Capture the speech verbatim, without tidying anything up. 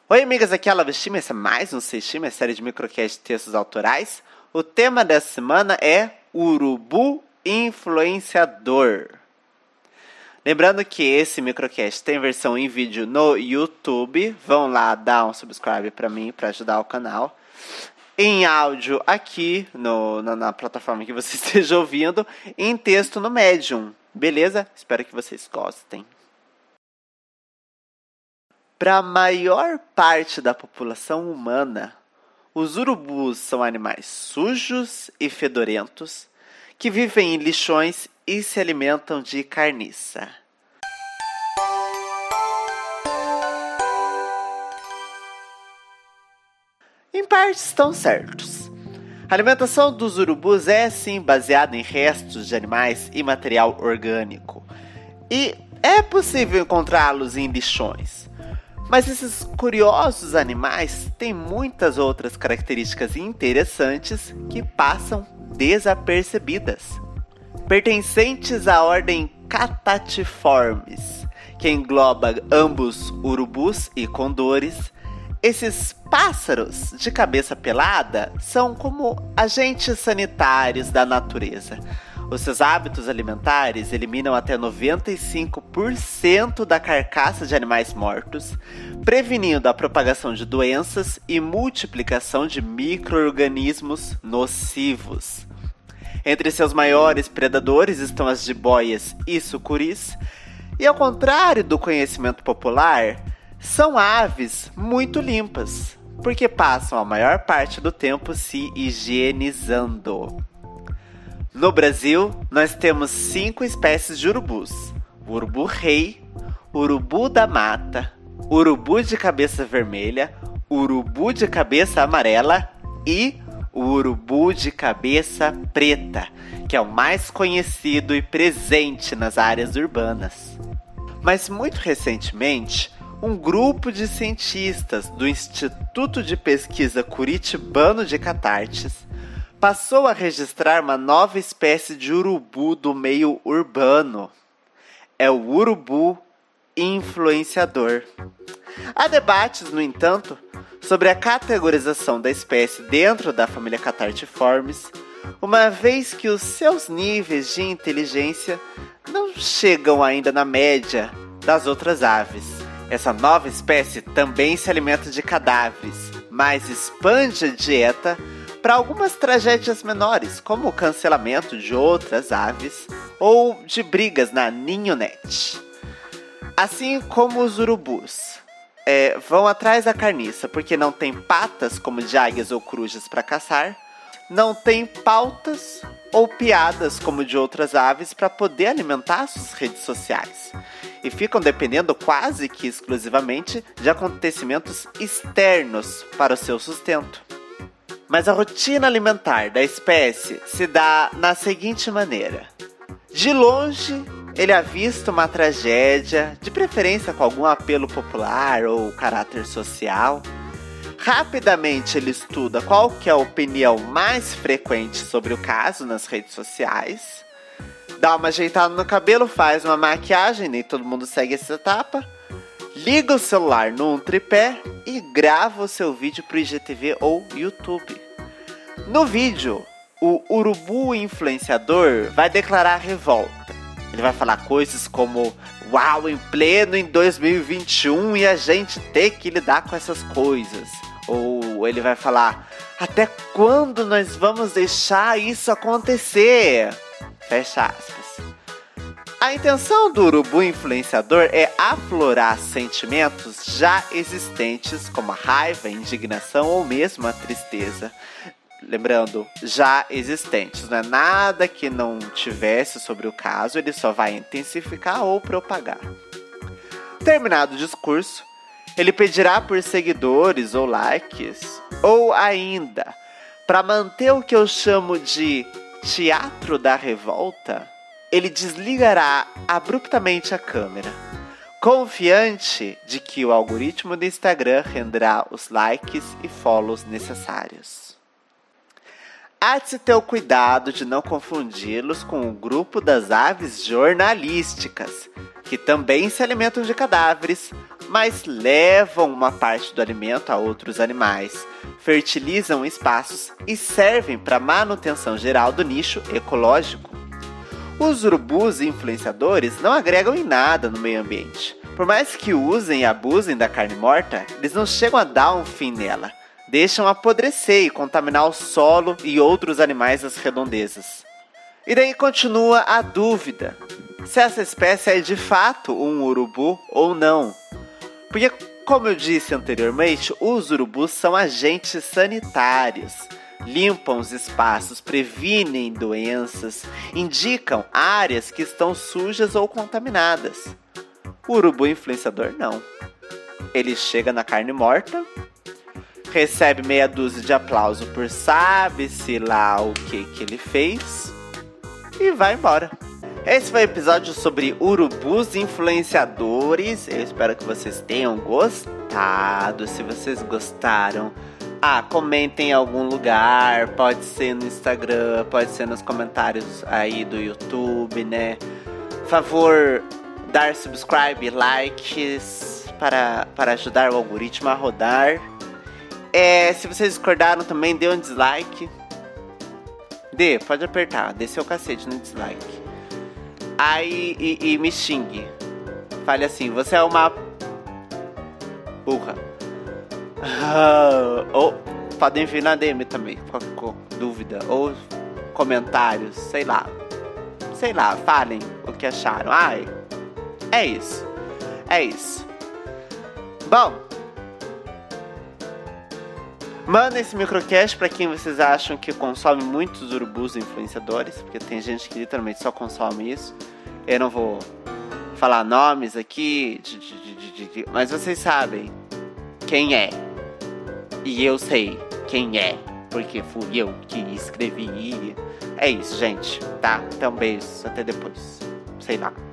Oi, amigas, aqui é a Lavestima, esse é mais um Sextima, a série de microcast de textos autorais. O tema dessa semana é Urubu Influenciador. Lembrando que esse microcast tem versão em vídeo no YouTube. Vão lá dar um subscribe para mim, para ajudar o canal. Em áudio aqui, no, na, na plataforma que você esteja ouvindo. Em texto no Medium. Beleza? Espero que vocês gostem. Para a maior parte da população humana, os urubus são animais sujos e fedorentos que vivem em lixões e se alimentam de carniça. Em parte estão certos. A alimentação dos urubus é sim baseada em restos de animais e material orgânico. E é possível encontrá-los em lixões. Mas esses curiosos animais têm muitas outras características interessantes que passam desapercebidas. Pertencentes à ordem Catatiformes, que engloba ambos urubus e condores, esses pássaros de cabeça pelada são como agentes sanitários da natureza. Os seus hábitos alimentares eliminam até noventa e cinco por cento da carcaça de animais mortos, prevenindo a propagação de doenças e multiplicação de micro-organismos nocivos. Entre seus maiores predadores estão as jiboias e sucuris, e ao contrário do conhecimento popular, são aves muito limpas, porque passam a maior parte do tempo se higienizando. No Brasil, nós temos cinco espécies de urubus: o urubu-rei, urubu da mata, urubu de cabeça vermelha, urubu de cabeça amarela e o urubu de cabeça preta, que é o mais conhecido e presente nas áreas urbanas. Mas muito recentemente, um grupo de cientistas do Instituto de Pesquisa Curitibano de Catartes passou a registrar uma nova espécie de urubu do meio urbano. É o urubu influenciador. Há debates, no entanto, sobre a categorização da espécie dentro da família Catatiformes, uma vez que os seus níveis de inteligência não chegam ainda na média das outras aves. Essa nova espécie também se alimenta de cadáveres, mas expande a dieta para algumas tragédias menores, como o cancelamento de outras aves ou de brigas na ninhonete. Assim como os urubus é, vão atrás da carniça porque não tem patas como de águias ou corujas para caçar, não tem pautas ou piadas como de outras aves para poder alimentar suas redes sociais. E ficam dependendo quase que exclusivamente de acontecimentos externos para o seu sustento. Mas a rotina alimentar da espécie se dá na seguinte maneira. De longe, ele avista uma tragédia, de preferência com algum apelo popular ou caráter social. Rapidamente ele estuda qual que é a opinião mais frequente sobre o caso nas redes sociais. Dá uma ajeitada no cabelo, faz uma maquiagem, nem todo mundo segue essa etapa. Liga o celular num tripé e grava o seu vídeo para o I G T V ou YouTube. No vídeo, o urubu influenciador vai declarar revolta. Ele vai falar coisas como: uau, em pleno em dois mil e vinte e um e a gente tem que lidar com essas coisas. Ou ele vai falar: até quando nós vamos deixar isso acontecer? Fecha aspas. A intenção do urubu influenciador é aflorar sentimentos já existentes, como a raiva, a indignação ou mesmo a tristeza. Lembrando, já existentes, não é nada que não tivesse sobre o caso, ele só vai intensificar ou propagar. Terminado o discurso, ele pedirá por seguidores ou likes, ou ainda, para manter o que eu chamo de teatro da revolta, ele desligará abruptamente a câmera, confiante de que o algoritmo do Instagram renderá os likes e follows necessários. Há de se ter o cuidado de não confundi-los com o grupo das aves jornalísticas, que também se alimentam de cadáveres, mas levam uma parte do alimento a outros animais, fertilizam espaços e servem para a manutenção geral do nicho ecológico. Os urubus influenciadores não agregam em nada no meio ambiente. Por mais que usem e abusem da carne morta, eles não chegam a dar um fim nela. Deixam apodrecer e contaminar o solo e outros animais das redondezas. E daí continua a dúvida, se essa espécie é de fato um urubu ou não. Porque, como eu disse anteriormente, os urubus são agentes sanitários. Limpam os espaços, previnem doenças, indicam áreas que estão sujas ou contaminadas. O urubu influenciador não. Ele chega na carne morta, recebe meia dúzia de aplauso por sabe-se lá o que, que ele fez e vai embora. Esse foi o episódio sobre urubus influenciadores. Eu espero que vocês tenham gostado. Se vocês gostaram, ah, comentem em algum lugar. Pode ser no Instagram, pode ser nos comentários aí do YouTube, né? Favor, dar subscribe, likes para, para ajudar o algoritmo a rodar. É, se vocês discordaram também, dê um dislike. Dê, pode apertar, dê seu cacete no dislike. Aí, e, e me xingue. Fale assim, você é uma burra. Ah, ou podem vir na D M também, qualquer dúvida. Ou comentários, sei lá. Sei lá, falem o que acharam. Ai, é isso. É isso. Bom, manda esse microcast pra quem vocês acham que consome muitos urubus influenciadores, porque tem gente que literalmente só consome isso. Eu não vou falar nomes aqui, de, de, de, de, de, mas vocês sabem quem é. E eu sei quem é, porque fui eu que escrevi. É isso, gente, tá? Então, beijos, até depois. Sei lá.